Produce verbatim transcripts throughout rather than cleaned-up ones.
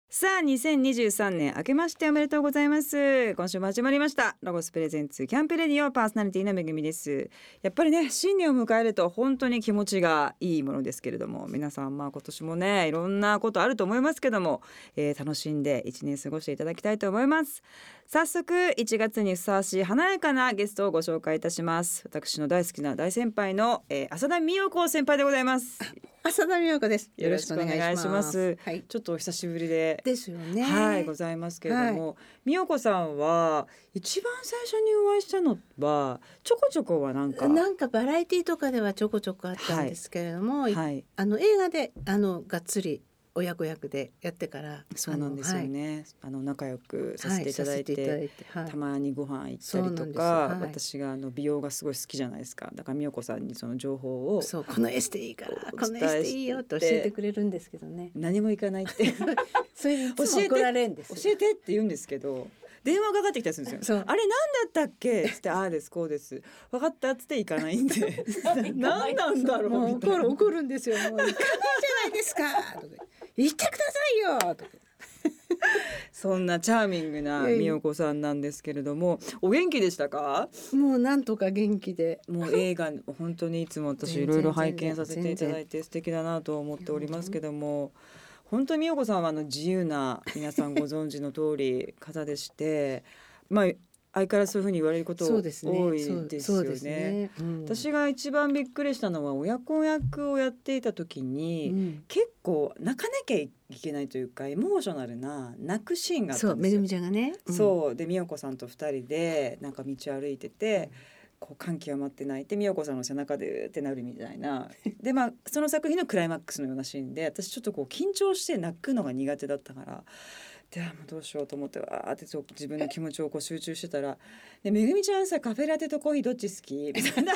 さあにせんにじゅうさんねん明けましておめでとうございます。今週も始まりましたロゴスプレゼンツキャンプレディオ、パーソナリティのめぐみです。やっぱりね、新年を迎えると本当に気持ちがいいものですけれども、皆さんまあ今年もねいろんなことあると思いますけども、えー、楽しんでいちねん過ごしていただきたいと思います。早速いちがつにふさわしい華やかなゲストをご紹介いたします。私の大好きな大先輩の、えー、浅田美代子先輩でございます。 浅田美代子です。 よろしくお願いします。はい、ちょっとお久しぶりでですよね。 はいございますけれども、はい、美代子さんは一番最初にお会いしたのはちょこちょこはなんかなんかバラエティとかではちょこちょこあったんですけれども、はいはい、あの映画であのがっつり親子役でやってからそうなんですよね、はい、あの仲良くさせていただいて、はい、いてはい、たまにご飯行ったりとか、はい、私があの美容がすごい好きじゃないですか。だから美代子さんにその情報をそうこのエステいいからこのエステいいよと教えてくれるんですけどね、 何も行かないってそれいつも怒られるんですよ。 教えてって言うんですけど電話かかってきたりするんですよ。あれ何だったっけつってああですこうです分かったっつって行かないんで何なんだろうみたいな。 怒る怒るんですよ。もう行かないじゃないですかとか行ってくださいよとかそんなチャーミングな美代子さんなんですけれども、お元気でしたか？ もうなんとか元気で、 もう映画本当にいつも私いろいろ拝見させていただいて素敵だなと思っておりますけども、本当に美代子さんはあの自由な皆さんご存知の通り方でしてまあ相変わらずそういうふうに言われること多いですよね。私が一番びっくりしたのは親子役をやっていた時に、うん、結構泣かなきゃいけないというかエモーショナルな泣くシーンがあったんですよ。 そうめぐみちゃんがね、 うん、そうで美代子さんとふたりでなんか道歩いてて、うん、こう感極まって泣いて美代子さんの背中でってなるみたいなで、まあ、その作品のクライマックスのようなシーンで私ちょっとこう緊張して泣くのが苦手だったからでもうどうしようと思ってわーって自分の気持ちをこう集中してたらでめぐみちゃんさカフェラテとコーヒーどっち好きみたいな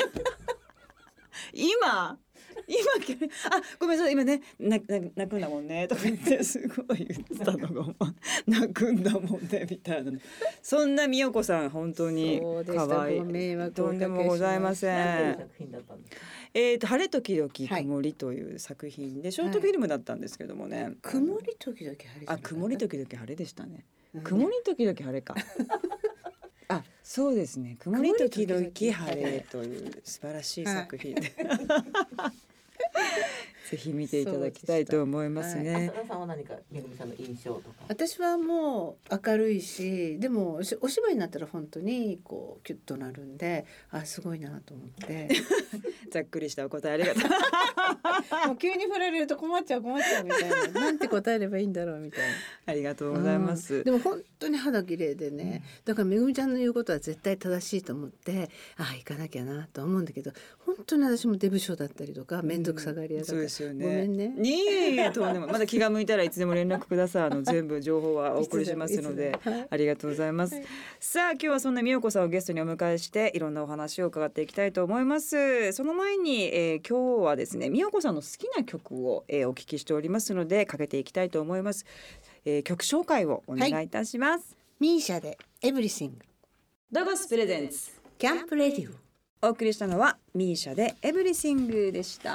今今あごめんなさい今ね泣くんだもんねとか言ってすごい言ってたのが泣くんだもんねみたいなそんな美代子さん本当に可愛いとんでもございません。えーと晴れ時々曇りという作品で、はい、ショートフィルムだったんですけどもね、はい、 曇り時々晴れあ曇り時々晴れでしたね、うん、曇り時々晴れかあそうですね曇り時々晴れという素晴らしい作品で、はいぜひ見ていただきたいと思いますね。 浅田さんは何かめぐみさんの印象とか？ 私はもう明るいし、でもお芝居になったら本当にこうキュッとなるんで、あすごいなと思ってざっくりしたお答えありがとうもう急に振られると困っちゃう困っちゃうみたいななんて答えればいいんだろうみたいなありがとうございます、 うん、でも本当に肌綺麗でね、うん、だからめぐみちゃんの言うことは絶対正しいと思ってああ行かなきゃなと思うんだけど、本当に私もデブ症だったりとか面倒くさがり屋だから、うんね、ごめんね。 いえいえとんでもまだ気が向いたらいつでも連絡ください。あの全部情報はお送りしますのでありがとうございます、はい、さあ今日はそんな美代子さんをゲストにお迎えしていろんなお話を伺っていきたいと思います。その前に、えー、今日はですね美代子さんの好きな曲を、えー、お聞きしておりますのでかけていきたいと思います、えー、曲紹介をお願いいたします、はい、 ミーシャでエブリシングロゴスプレゼンツキャンプレディオお送りしたのはミーシャでエブリシングでした。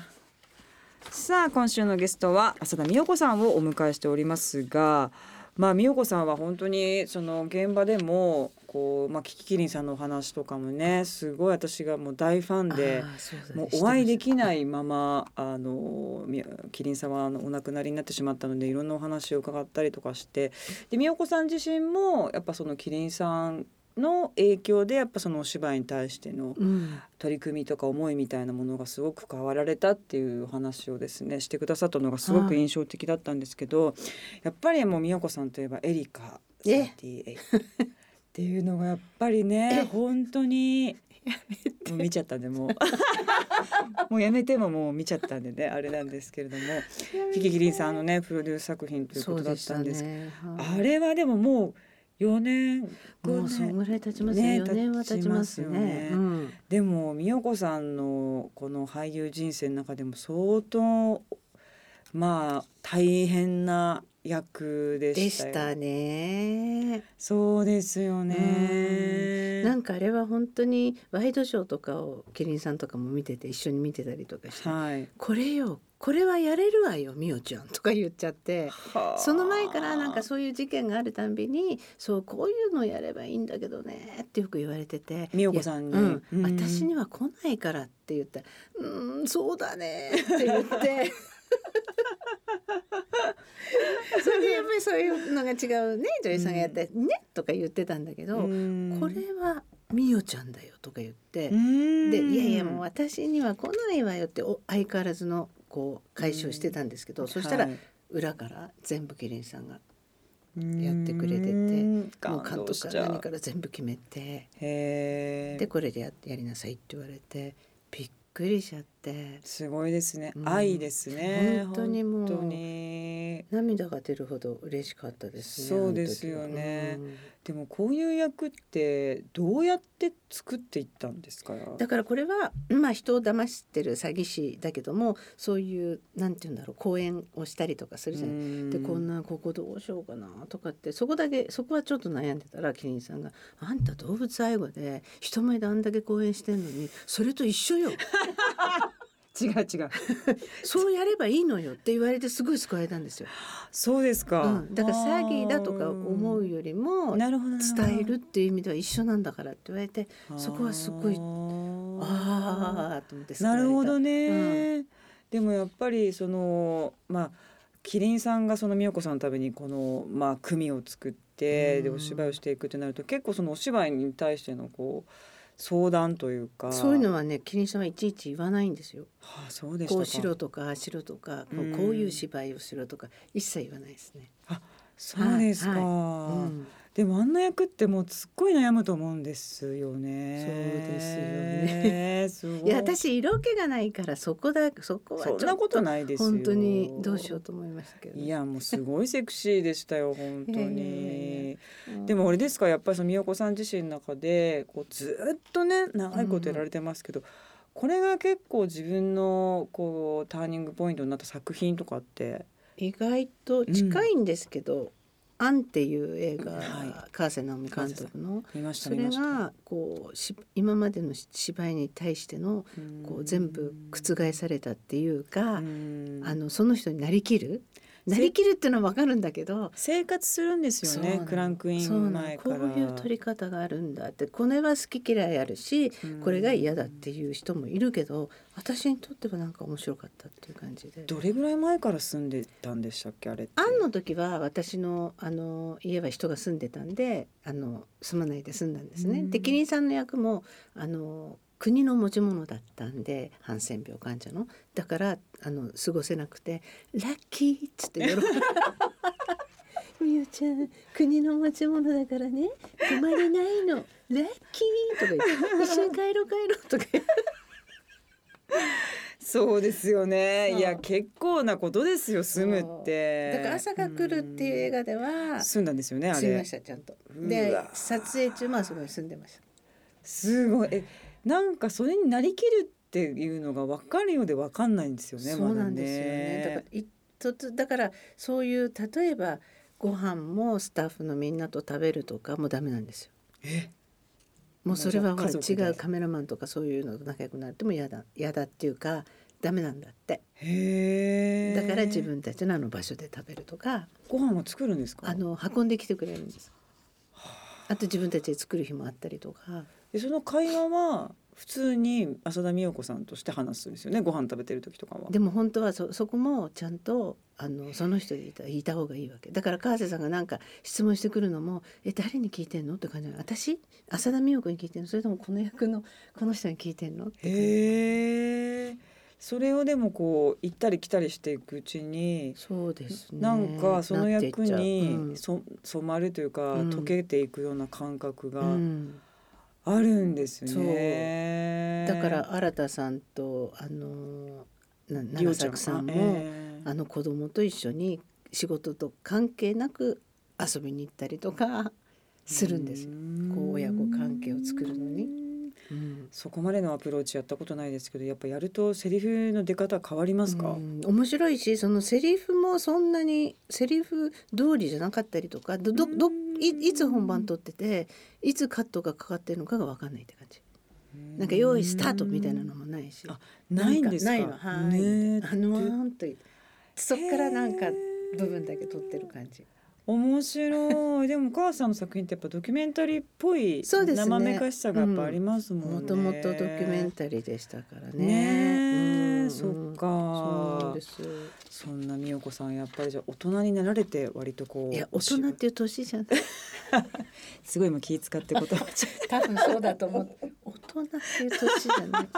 さあ今週のゲストは浅田美代子さんをお迎えしておりますが、まあ、美代子さんは本当にその現場でもこう、まあ、キキキリンさんのお話とかもねすごい私がもう大ファンで、もうお会いできないままあのキリンさんはお亡くなりになってしまったのでいろんなお話を伺ったりとかしてで美代子さん自身もやっぱそのキリンさんの影響でやっぱそのお芝居に対しての取り組みとか思いみたいなものがすごく変わられたっていう話をですねしてくださったのがすごく印象的だったんですけど、やっぱりもう美代子さんといえばエリカさんじゅうはちっていうのがやっぱりね本当にもう見ちゃったんでもうもうやめてももう見ちゃったんでねあれなんですけれどもキキキリンさんのねプロデュース作品ということだったんですけど、ねはい、あれはでももうよねんごねんもうそんぐらい経ちますね。よねんは経ちますよね、うん、 でも美代子さんのこの俳優人生の中でも相当まあ大変な役でしたよ。 でしたね。 そうですよね。 なんかあれは本当にワイドショーとかをキリンさんとかも見てて一緒に見てたりとかして、 はい、 これよこれはやれるわよみおちゃんとか言っちゃって、その前からなんかそういう事件があるたんびにそうこういうのやればいいんだけどねってよく言われてて、 みおこさんに、 うんうん、 私には来ないからって言ったらうーんそうだねって言ってそれでやっぱりそういうのが違うね女優さんがやってね、とか言ってたんだけど、これはみおちゃんだよとか言って、でいやいやもう私には来ないわよってお相変わらずのこう解消してたんですけど、そしたら、はい、裏から全部キリンさんがやってくれてて、もう監督から何から全部決めて、へでこれで や, やりなさいって言われてびっくりしちゃって、 すごいですね、うん、愛ですね。 本当にもう本当に涙が出るほど嬉しかったですね。 そうですよね、うん、でもこういう役ってどうやって作っていったんですか？ だからこれは、まあ、人を騙してる詐欺師だけどもそういうなんていうんだろう講演をしたりとかするじゃない。でこんなここどうしようかなとかってそこだけそこはちょっと悩んでたらキリンさんがあんた動物愛護で人前であんだけ講演してんのにそれと一緒よ違う違うそうやればいいのよって言われてすごい救われたんですよ。 そうですか、 うん、だから詐欺だとか思うよりも伝えるっていう意味では一緒なんだからって言われて、そこはすごいああと思って救われた。 なるほどね、うん、でもやっぱりそのまあキリンさんがその美代子さんのためにこのまあ組を作ってでお芝居をしていくってなると結構そのお芝居に対してのこう相談というかそういうのはねキリンさんはいちいち言わないんですよ。 はあ、そうでしたか。 こうしろとかしろとかこう、こういう芝居をしろとか一切言わないですね。 あ、そうですか、はいはい、うん、でもあんな役ってもうすっごい悩むと思うんですよね。 そうですよねすごい。 いや私色気がないからそこだそこはちょっとそんなことないですよ。 本当にどうしようと思いましたけど、ね、 いやもうすごいセクシーでしたよ本当にでもあれですかやっぱりその美代子さん自身の中でこうずっとね長いことやられてますけど、うん、これが結構自分のこうターニングポイントになった作品とかって意外と近いんですけど、うんアンっていう映画、はい、川瀬直美監督のそれがこうし今までの芝居に対してのこう全部覆されたっていうか、あのその人になりきるなりきるっていうのは分かるんだけど生活するんですよね。クランクイン前からこういう撮り方があるんだってこれは好き嫌いあるしこれが嫌だっていう人もいるけど私にとってはなんか面白かったっていう感じで。 どれぐらい前から住んでたんでしたっけあれって。 アンの時は私の、あの家は人が住んでたんであの住まないで住んだんですね。でキリンさんの役もあの国の持ち物だったんでハンセン病患者のだからあの過ごせなくてラッキーっつって喜ぶみおちゃん国の持ち物だからね泊まれないのラッキーとか言って一緒に帰ろう帰ろうとか言ってそうですよね。いや結構なことですよ住むって。 だから朝が来るっていう映画では住んだんですよねあれ。 住みましたちゃんと。で撮影中もすごい住んでました。 すごいえなんかそれになりきるっていうのが分かるようで分かんないんですよね。 そうなんですよね。だからだからそういう例えばご飯もスタッフのみんなと食べるとかもダメなんですよ。 えもうそれはほら違うカメラマンとかそういうのと仲良くなっても嫌だ嫌だっていうかダメなんだって。 へだから自分たちのあの場所で食べるとか。 ご飯を作るんですか。 あの運んできてくれるんです。あと自分たちで作る日もあったりとか。 でその会話は普通に浅田美代子さんとして話すんですよね。ご飯食べてる時とかは。 でも本当は そ, そこもちゃんとあのその人でいたいた方がいいわけだから川瀬さんがなんか質問してくるのもえ誰に聞いてんのって感じ。私浅田美代子に聞いてんのそれともこの役のこの人に聞いてんのって感じ。 へーそれをでもこう行ったり来たりしていくうちにそうですねなんかその役にそ染まるというか、うん、溶けていくような感覚があるんですよね、 うん、だから新さんとあの長作さんもあ、えー、あの子供と一緒に仕事と関係なく遊びに行ったりとかするんですよ。こう親子関係を作るのにうん、 そこまでのアプローチやったことないですけど、やっぱやるとセリフの出方変わりますか？ うん、面白いし、そのセリフもそんなにセリフ通りじゃなかったりとか、どどど い, いつ本番撮ってていつカットがかかってるのかが分かんないって感じ。なんか用意スタートみたいなのもないし、 あ、ないんですか？ ないの、はい、 ね、 あのーんとそっからなんか部分だけ撮ってる感じ。 面白い。でもお母さんの作品ってやっぱドキュメンタリーっぽいそうですね、 生めかしさがやっぱありますもんね。 もともとドキュメンタリーでしたからね。 ね、うん、そっか。 そうなんです。 そんな美代子さん、やっぱりじゃあ大人になられて割とこう、 いや大人っていう年じゃないすごい今気使って言葉多分そうだと思う。大人っていう年じゃない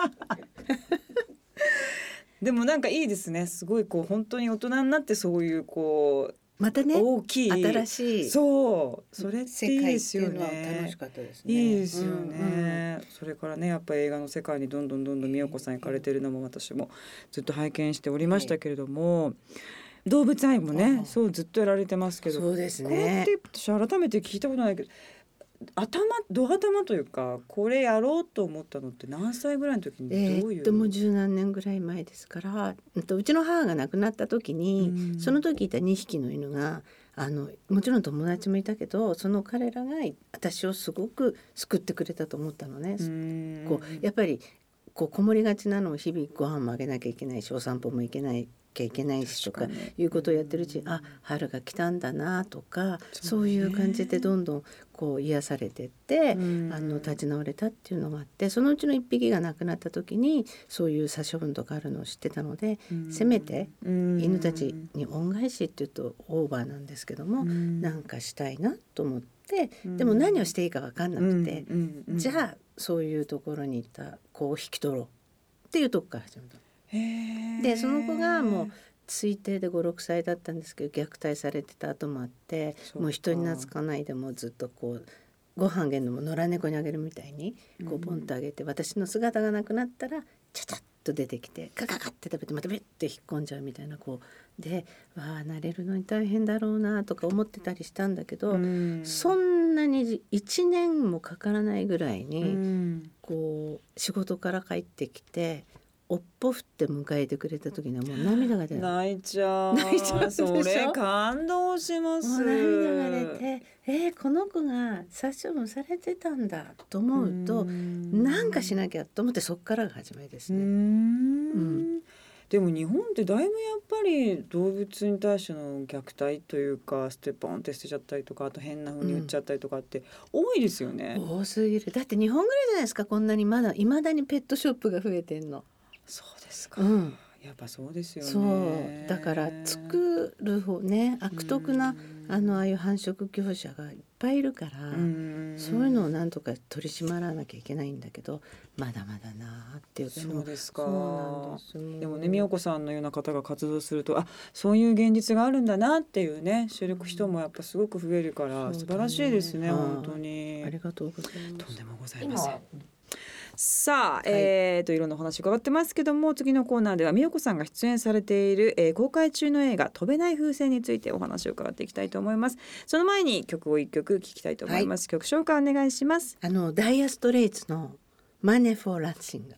でもなんかいいですね。すごいこう本当に大人になってそういうこうまたね、 大きい新しいそうそれっていいですよ世界っていうのは楽ね。 しかったですね。 いいですよね、 うんうん、 それからね、やっぱり映画の世界にどんどんどんどん美代子さん行かれてるのも私もずっと拝見しておりましたけれども、動物愛もね、そうずっとやられてますけど、 そうですね、 これって私改めて聞いたことないけど、頭ド頭というかこれやろうと思ったのって何歳ぐらいの時にどういう、 えー、っともう十何年ぐらい前ですから、うちの母が亡くなった時に、うん、その時いたにひきの犬があのもちろん友達もいたけど、その彼らが私をすごく救ってくれたと思ったのね。うん、こうやっぱりこうこもりがちなのを日々ご飯もあげなきゃいけないし、お散歩も行けないきゃいけないしとかいうことをやってるうち、あ、春が来たんだなとか、そういう感じでどんどんこう癒されてって、あの立ち直れたっていうのがあって、そのうちの一匹が亡くなった時にそういう殺処分とかあるのを知ってたので、せめて犬たちに恩返しっていうとオーバーなんですけども、なんかしたいなと思って、でも何をしていいか分かんなくて、じゃあそういうところにいた子を引き取ろうっていうとこから始めた。でその子がもう推定でご、ろくさいだったんですけど、虐待されてた後もあって、もう人に懐かないでもずっとこうご飯あげるのも野良猫にあげるみたいにこうポンとあげて、うん、私の姿がなくなったらチャチャッと出てきてカカカって食べてまたビッて引っ込んじゃうみたいな子で、わあ慣れるのに大変だろうなとか思ってたりしたんだけど、うん、そんなにいちねんもかからないぐらいに、うん、こう仕事から帰ってきておっぽ振って迎えてくれた時にはもう涙が出る。 泣いちゃう。泣いちゃう。それ感動します。 もう涙が出て、えー、この子が殺処分されてたんだと思うと、んなんかしなきゃと思って、そっからが始まりですね。うん、 うん、でも日本ってだいぶやっぱり動物に対しての虐待というか、ステップポンって捨てちゃったりとか、あと変な風に売っちゃったりとかって多いですよね。 うん、多すぎる。だって日本ぐらいじゃないですか、こんなにまだ未だにペットショップが増えてんの。 そうですか、うん、やっぱそうですよね。 そうだから作る方ね、悪徳なあのああいう繁殖業者がいっぱいいるから、うそういうのをなんとか取り締まらなきゃいけないんだけど、まだまだなっていう。 そうですか。 そうなんです。 でもね、美代子さんのような方が活動すると、あ、そういう現実があるんだなっていうね、知る人もやっぱすごく増えるから、うん、素晴らしいですね、ね、本当に。 ありがとうございます。 とんでもございません。さあ、はい、えー、といろんなお話伺ってますけども、次のコーナーでは美代子さんが出演されている、えー、公開中の映画飛べない風船についてお話を伺っていきたいと思います。その前に曲を一曲聴きたいと思います、はい、曲紹介お願いします。 あのダイヤストレイツのマネーフォーランシング、はい、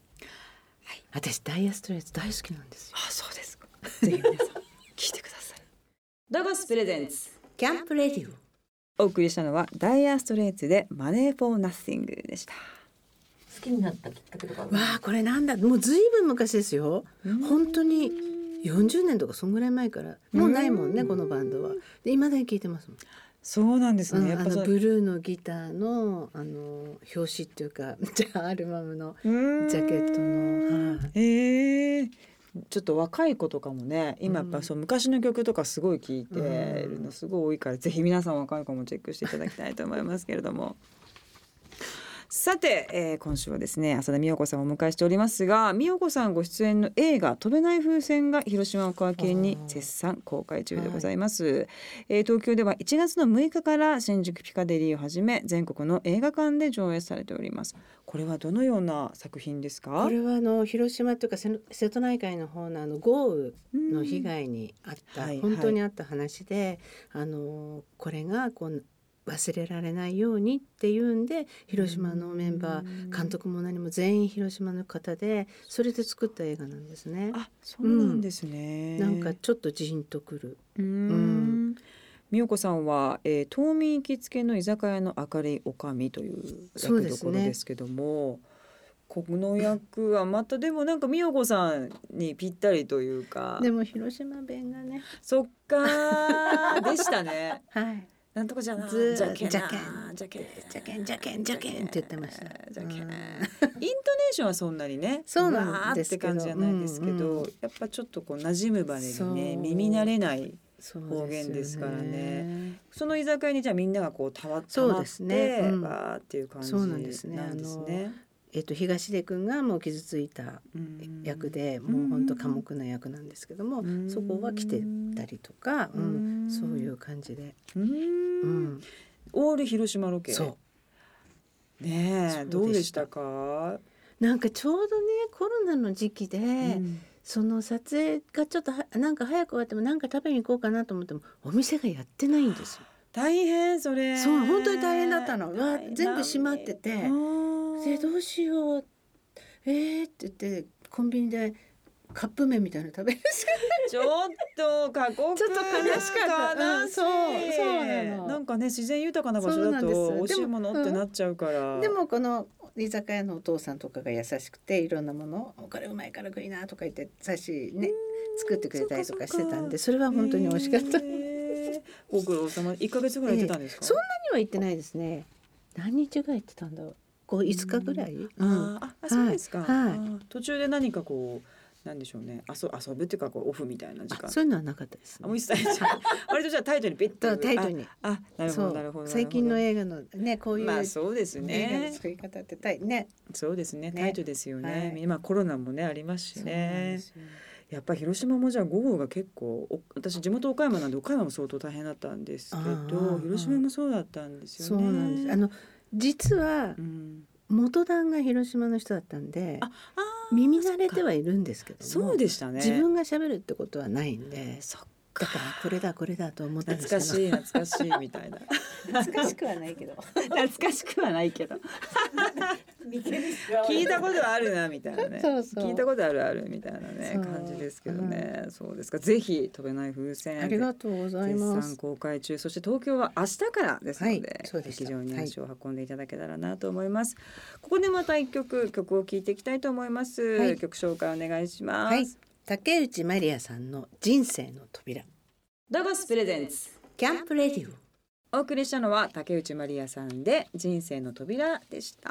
私ダイヤストレイツ大好きなんですよ。 あ、そうですか。ぜひ皆さん聴いてください。ロゴスプレゼンツキャンプレディオ、お送りしたのはダイヤストレイツでマネーフォーナッシングでした。 好きになったきっかけとか。わあ、これなんだ、もうずいぶん昔ですよ。本当によんじゅうねんとかそんぐらい前から。もうないもんね、このバンドは。で未だに聴いてますもん。 そうなんですね、 うん、あのブルーのギターのあの表紙っていうかじゃあアルバムのジャケットの、はあ、えー、ちょっと若い子とかもね、今やっぱそう昔の曲とかすごい聴いてるのすごい多いから、うん、ぜひ皆さん若い子もチェックしていただきたいと思いますけれどもさて、えー、今週はですね浅田美代子さんをお迎えしておりますが、美代子さんご出演の映画飛べない風船が広島を皮切りに絶賛公開中でございます、はい、えー、東京ではいちがつのむいかから新宿ピカデリーをはじめ全国の映画館で上映されております。これはどのような作品ですか？ これはあの広島というか瀬戸内海の方のあの豪雨の被害にあった、うん、本当にあった話で、はいはい、あのこれがこう忘れられないようにっていうんで、広島のメンバー、監督も何も全員広島の方で、それで作った映画なんですね。 あ、そうなんですね、 うん、なんかちょっとジーンとくる。 うん、うん美代子さんは、えー、冬眠行きつけの居酒屋の明るいおかみという役どころですけども、この役はまたでもなんか美代子さんにぴったりというか、 でも広島弁がね、 そっかでしたねはいなんとかじゃなずじゃけんなじゃけんじゃけんじゃけんじゃけんじゃけんって言ってました。 じゃけん、 うん、 イントネーションはそんなにねそうなんですけどわーって感じじゃないですけど、 うんうん、 やっぱちょっとこう馴染む場でにね耳慣れない方言ですからね。その居酒屋にじゃあみんながこうたわたまって、ね、うん、わーっていう感じなんですね。 そうなんですね。あのえっと、東出くんがもう傷ついた役で、うん、もう本当寡黙な役なんですけども、うん、そこは来てたりとか、うん、そういう感じで、うんうん、 オール広島ロケ。 そうねえ、どうでしたか？ なんかちょうどねコロナの時期で、うん、その撮影がちょっとなんか早く終わってもなんか食べに行こうかなと思ってもお店がやってないんですよ。 大変それ。 そう本当に大変だったの。わ全部閉まってて、でどうしようえーって言ってコンビニでカップ麺みたいなの食べるちょっと過酷ちょっと悲しかった、うん、そうそうなの。 なんかね自然豊かな場所だと美味しいものってなっちゃうから、 うん、でもこの居酒屋のお父さんとかが優しくていろんなものこれうまいから食いなとか言って差しね作ってくれたりとかしてたんで、それは本当に美味しかった。 ご苦労様。いっかげつぐらい行ってたんですか？ えー、そんなには行ってないですね。何日ぐらい行ってたんだろう。こういつかぐらい。うん、 ああ、そうですか。 はいはい、途中で何かこうなんでしょうね。遊遊ぶっていうかこうオフみたいな時間。 そういうのはなかったです、ね。 あ、もう一切割とじゃあタイトにベッとタイトに。 あ、なるほどなるほど。 最近の映画のねこういう、 まあそうですね。 映画の作り方ってタイね。 そうですね。タイトですよね。 はい、 今コロナもねありますしね。やっぱり広島もじゃあ豪雨が結構私地元岡山なんで岡山も相当大変だったんですけど、広島もそうだったんですよね。 そうなんです。あの実は、うん、元旦が広島の人だったんで、ああ耳慣れてはいるんですけども、 そうでしたね。 自分が喋るってことはないんで、 そっか。 だからこれだこれだと思ってました懐かしい懐かしいみたいな懐かしくはないけど懐かしくはないけど聞いたことあるなみたいなね。そうそう聞いたことあるあるみたいなね感じですけどね、うん、そうですか。ぜひ飛べない風船ありがとうございます。 絶賛公開中。そして東京は明日からですので、 はい、そうでした。 劇場に足を運んでいただけたらなと思います、はい、ここでまた一曲曲を聴いていきたいと思います、はい、曲紹介お願いします、はい、 竹内まりやさんの人生の扉。 ロゴスプレゼンツキャンプレディオ。 お送りしたのは竹内まりやさんで人生の扉でした。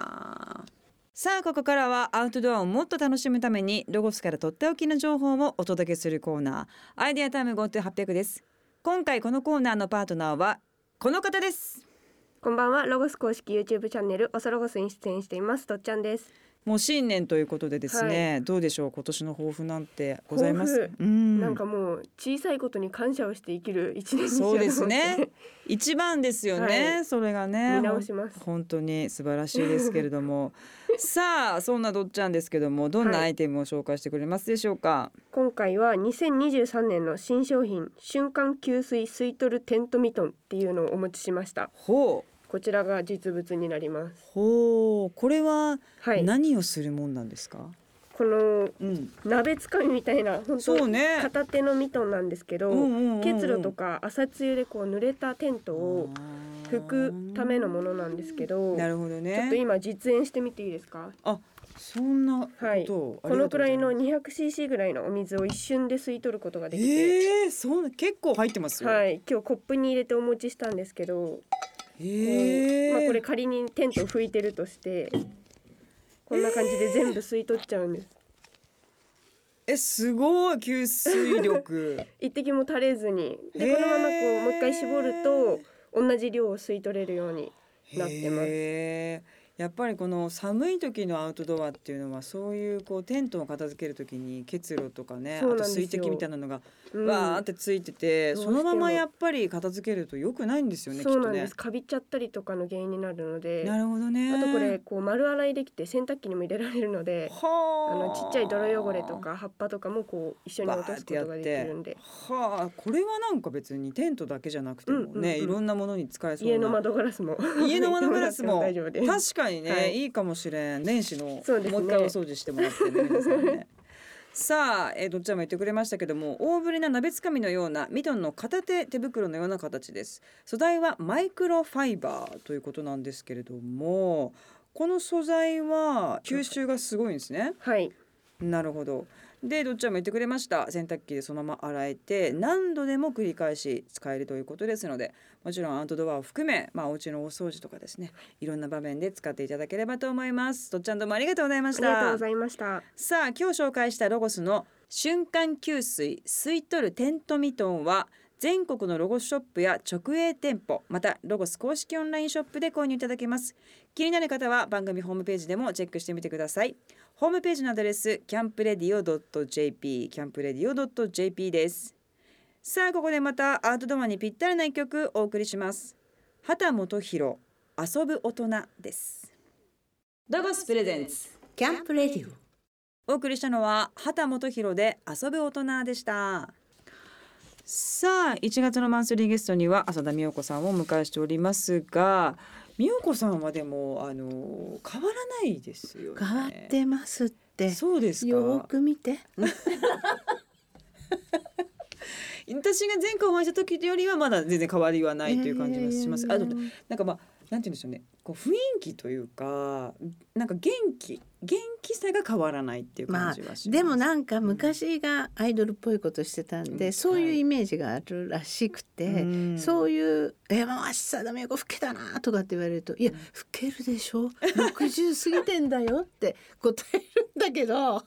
さあここからはアウトドアをもっと楽しむためにロゴスからとっておきの情報をお届けするコーナー、アイデアタイム ゴートゥーはっぴゃく です。今回このコーナーのパートナーはこの方です。 こんばんは。ロゴス公式 YouTube チャンネルおそロゴスに出演していますとっちゃんです。 もう新年ということでですね、はい、どうでしょう今年の抱負なんてございます？ 抱負、うん、なんかもう小さいことに感謝をして生きる一年にしようと思って。 そうですね一番ですよね、はい、それがね見直します。 本当に素晴らしいですけれどもさあそんなどっちゃんですけどもどんなアイテムを紹介してくれますでしょうか？はい、 今回はにせんにじゅうさんねんの新商品瞬間吸水吸い取るテントミトンっていうのをお持ちしました。 ほう、 こちらが実物になります。 ほう、これは何をするもんなんですか？はい、 この鍋つかみみたいな本当、ね、片手のミトンなんですけど、うんうんうんうん、結露とか朝露でこう濡れたテントを拭くためのものなんですけど、 なるほどね、 ちょっと今実演してみていいですか？ あ、そんなこと、はい、 このくらいの にひゃくシーシー ぐらいのお水を一瞬で吸い取ることができて、 えー、そんな結構入ってますよ。 はい、今日コップに入れてお持ちしたんですけど、えーまあ、これ仮にテントを拭いてるとしてこんな感じで全部吸い取っちゃうんです。 えー、すごい吸水力一滴も垂れずにで、このままこうもう一回絞ると同じ量を吸い取れるようになってます。 ややっぱりこの寒い時のアウトドアっていうのはそういうこうテントを片付ける時に結露とかね、あと水滴みたいなのがわーってついてて、うん、そのままやっぱり片付けると良くないんですよね。 そうなんです、 きっとね、 カビっちゃったりとかの原因になるので。 なるほどね。 あとこれこう丸洗いできて洗濯機にも入れられるので、あのちっちゃい泥汚れとか葉っぱとかもこう一緒に落とすことができるんで、 はあ、これはなんか別にテントだけじゃなくてもね、うんうんうん、いろんなものに使えそうな。 家の窓ガラスも家の窓ガラスも大丈夫です。確かにね、はい、いいかもしれん。年始の、ね、もう一回お掃除してもらってね、皆さんね。さあ、えー、どっちも言ってくれましたけども、大ぶりな鍋つかみのようなミトンの片手手袋のような形です。素材はマイクロファイバーということなんですけれども、この素材は吸収がすごいんですね。 はい、 なるほど。で、どっちも言ってくれました。洗濯機でそのまま洗えて何度でも繰り返し使えるということですので、もちろんアウトドアを含め、まあ、お家のお掃除とかですね、いろんな場面で使っていただければと思います。どっちゃんどうもありがとうございました。 ありがとうございました。 さあ、今日紹介したロゴスの瞬間吸水吸い取るテントミトンは全国のロゴスショップや直営店舗、またロゴス公式オンラインショップで購入いただけます。気になる方は番組ホームページでもチェックしてみてください。ホームページのアドレスキャンプレディオ ドット ジェーピー キャンプレディオ ドット ジェーピー です。さあ、ここでまたアウトドアにぴったりな一曲お送りします。畑基博、遊ぶ大人です。ロゴスプレゼンツキャンプレディオ、お送りしたのは畑基博で遊ぶ大人でした。さあ、いちがつのマンスリーゲストには浅田美代子さんをお迎えしておりますが、美代子さんはでもあの変わらないですよね。 変わってますって。 そうですか。 よく見て私が前回お会いした時よりはまだ全然変わりはないという感じがします。あとなんかまあなんて言うんでしょうね、こう雰囲気というか、なんか元気元気さが変わらないっていう感じはします、 まあ、でもなんか昔がアイドルっぽいことしてたんで、うん、そういうイメージがあるらしくて、はい、そういう「えまあ浅田美代子老けたな」とかって言われると「いや老けるでしょ、ろくじゅう過ぎてんだよ」って答えるんだけど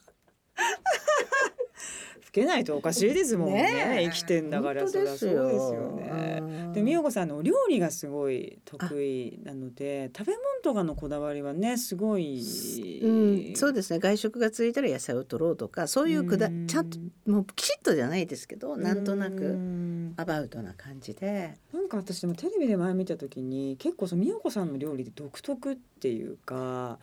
老けないとおかしいですもん ね, ね生きてんだから。そりゃそうですよね。で、美代子さんのお料理がすごい得意なので、食べ物とかのこだわりはねすごい、 うん、そうですね。外食がついたら野菜を取ろうとか、そういうくだちゃんともうきちっとじゃないですけど、なんとなくアバウトな感じで。 なんか私でもテレビで前見た時に結構その美代子さんの料理で独特っていうか、はい、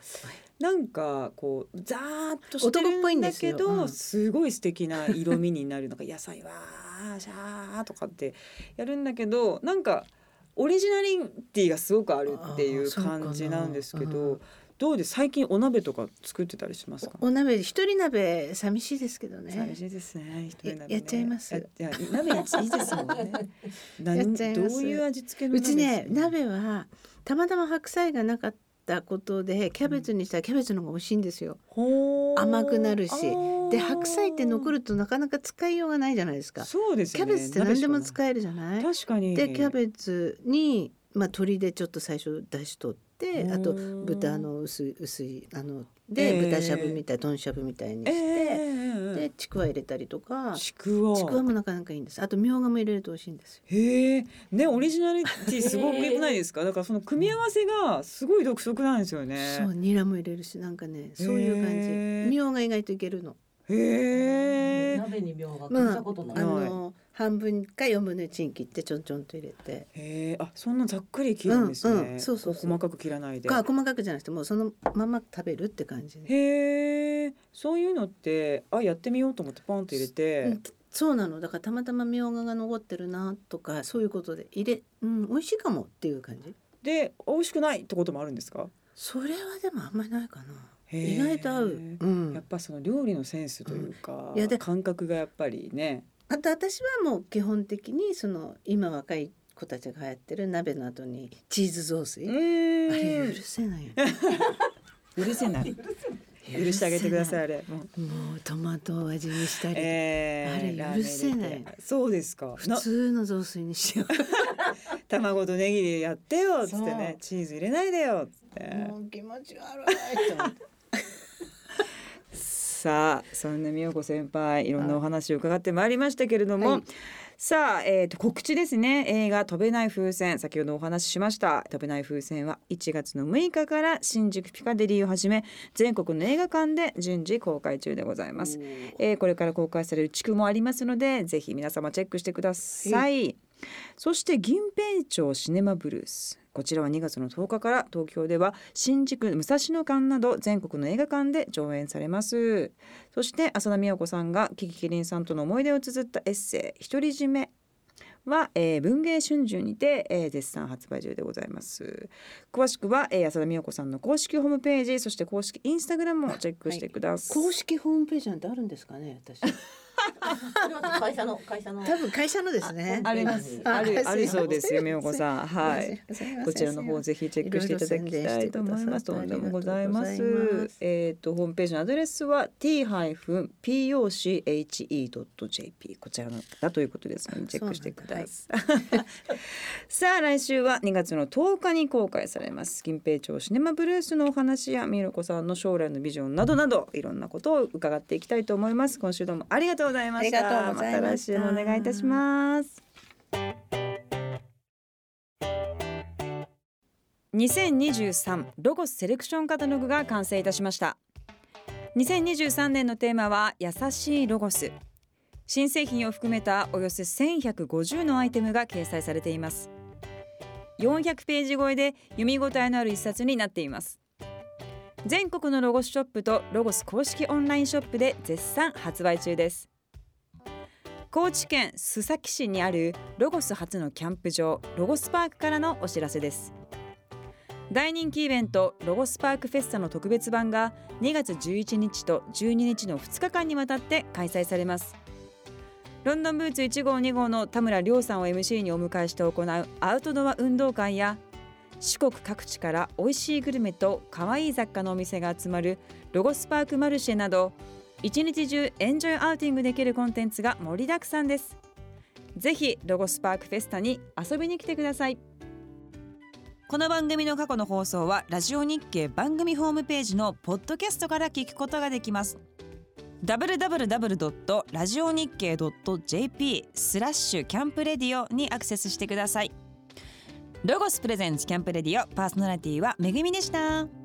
なんかこうザーッとしてるんだけど、うん、すごい素敵な色味になるのが野菜はシャーとかってやるんだけど、なんかオリジナリティがすごくあるっていう感じなんですけど、どうです最近お鍋とか作ってたりしますか？ お鍋一人鍋寂しいですけどね。 寂しいですね。一人鍋、ね、 やっちゃいます。 やいや鍋いいですもんね。 やっちゃいます。 どういう味付けの鍋？ うちね鍋はたまたま白菜がなかったことでキャベツにしたらキャベツの方が美味しいんですよ。 うん、 甘くなるし。で白菜って残るとなかなか使いようがないじゃないですか。 そうですね。 キャベツって何でも使えるじゃない。 確かに。 でキャベツにまあ鶏でちょっと最初出しとって、あと豚の薄い薄いあので、えー、豚しゃぶみたい豚しゃぶみたいにして、えー、でちくわ入れたりとか。 ちくわ。 ちくわもなかなかいいんです。あとみょうがも入れると美味しいんですよ。 へえ。ね、オリジナリティすごく良くないですか。だからその組み合わせがすごい独特なんですよね。 そう、ニラも入れるし、なんかねそういう感じ。みょうが意外といけるの。 へえ。鍋にみょうが食ったことない。 まあ、あの半分かよんぶんのいちに切ってちょんちょんと入れて。 へえ。あ、そんなざっくり切るんですね。うんうん、そうそうそう。細かく切らないで。 か細かくじゃなくてもうそのまま食べるって感じ。 へえ。そういうのってあやってみようと思ってポンと入れて。 うん、そうなの。だからたまたまみょうがが残ってるなとかそういうことで入れ、うん、美味しいかもっていう感じ。 で美味しくないってこともあるんですか？ それはでもあんまりないかな。意外と合う、うん、 やっぱその料理のセンスというか、うん、いやで感覚がやっぱりね。 あと私はもう基本的にその今若い子たちが流行ってる鍋の後にチーズ雑炊、あれ許せないよ許せない許してあげてください。あれもう、 もうトマト味にしたり、えー、あれ許せない。 そうですか。 普通の雑炊にしよう卵とネギでやってよっつってね、チーズ入れないでよっつって。 もう気持ち悪いと思ってさあ、そんな美代子先輩いろんなお話を伺ってまいりましたけれども、はい、 さあ、えー、と告知ですね。映画飛べない風船、先ほどお話ししました飛べない風船はいちがつのむいかから新宿ピカデリーをはじめ全国の映画館で順次公開中でございます、えー、これから公開される地区もありますのでぜひ皆様チェックしてください。そして銀平町シネマブルース、こちらはにがつのとおかから東京では新宿武蔵野館など全国の映画館で上演されます。そして浅田美代子さんがキキキリンさんとの思い出を綴ったエッセイ独り占めは、えー、文藝春秋にて、えー、絶賛発売中でございます。詳しくは、えー、浅田美代子さんの公式ホームページ、そして公式インスタグラムもチェックしてください、 はい、公式ホームページなんてあるんですかね。私会社の会社の多分会社のですね。 ありますあるあるそうですよ美代子さん。はい、こちらの方ぜひチェックしていただきたいと思います。とんでもございます。えっ、ー、とホームページのアドレスは ティー ピー オー シー エイチ イー ドット ジェーピー こちらだということですのでチェックしてください、はい、さあ来週はにがつのとおかに公開されます金平町シネマブルースのお話や美代子さんの将来のビジョンなどなどいろんなことを伺っていきたいと思います。今週どうもありがとうございました。 ありがとうございました。 また来週もお願いいたします。にせんにじゅうさんロゴスセレクションカタログが完成いたしました。にせんにじゅうさんねんのテーマは優しいロゴス。新製品を含めたおよそせんひゃくごじゅうのアイテムが掲載されています。よんひゃくページ超えで読み応えのある一冊になっています。全国のロゴスショップとロゴス公式オンラインショップで絶賛発売中です。高知県須崎市にあるロゴス初のキャンプ場ロゴスパークからのお知らせです。大人気イベントロゴスパークフェスタの特別版がにがつじゅういちにちとじゅうににちのふつかかんにわたって開催されます。ロンドンブーツいちごうにごうの田村亮さんを エムシー にお迎えして行うアウトドア運動会や四国各地から美味しいグルメと可愛い雑貨のお店が集まるロゴスパークマルシェなど一日中エンジョイアウティングできるコンテンツが盛りだくさんです。ぜひロゴスパークフェスタに遊びに来てください。この番組の過去の放送はラジオ日経番組ホームページのポッドキャストから聞くことができます。ダブリューダブリューダブリュー ドット ラジオ日経 ドット ジェーピー スラッシュキャンプレディオにアクセスしてください。ロゴスプレゼンツキャンプレディオパーソナリティはめぐみでした。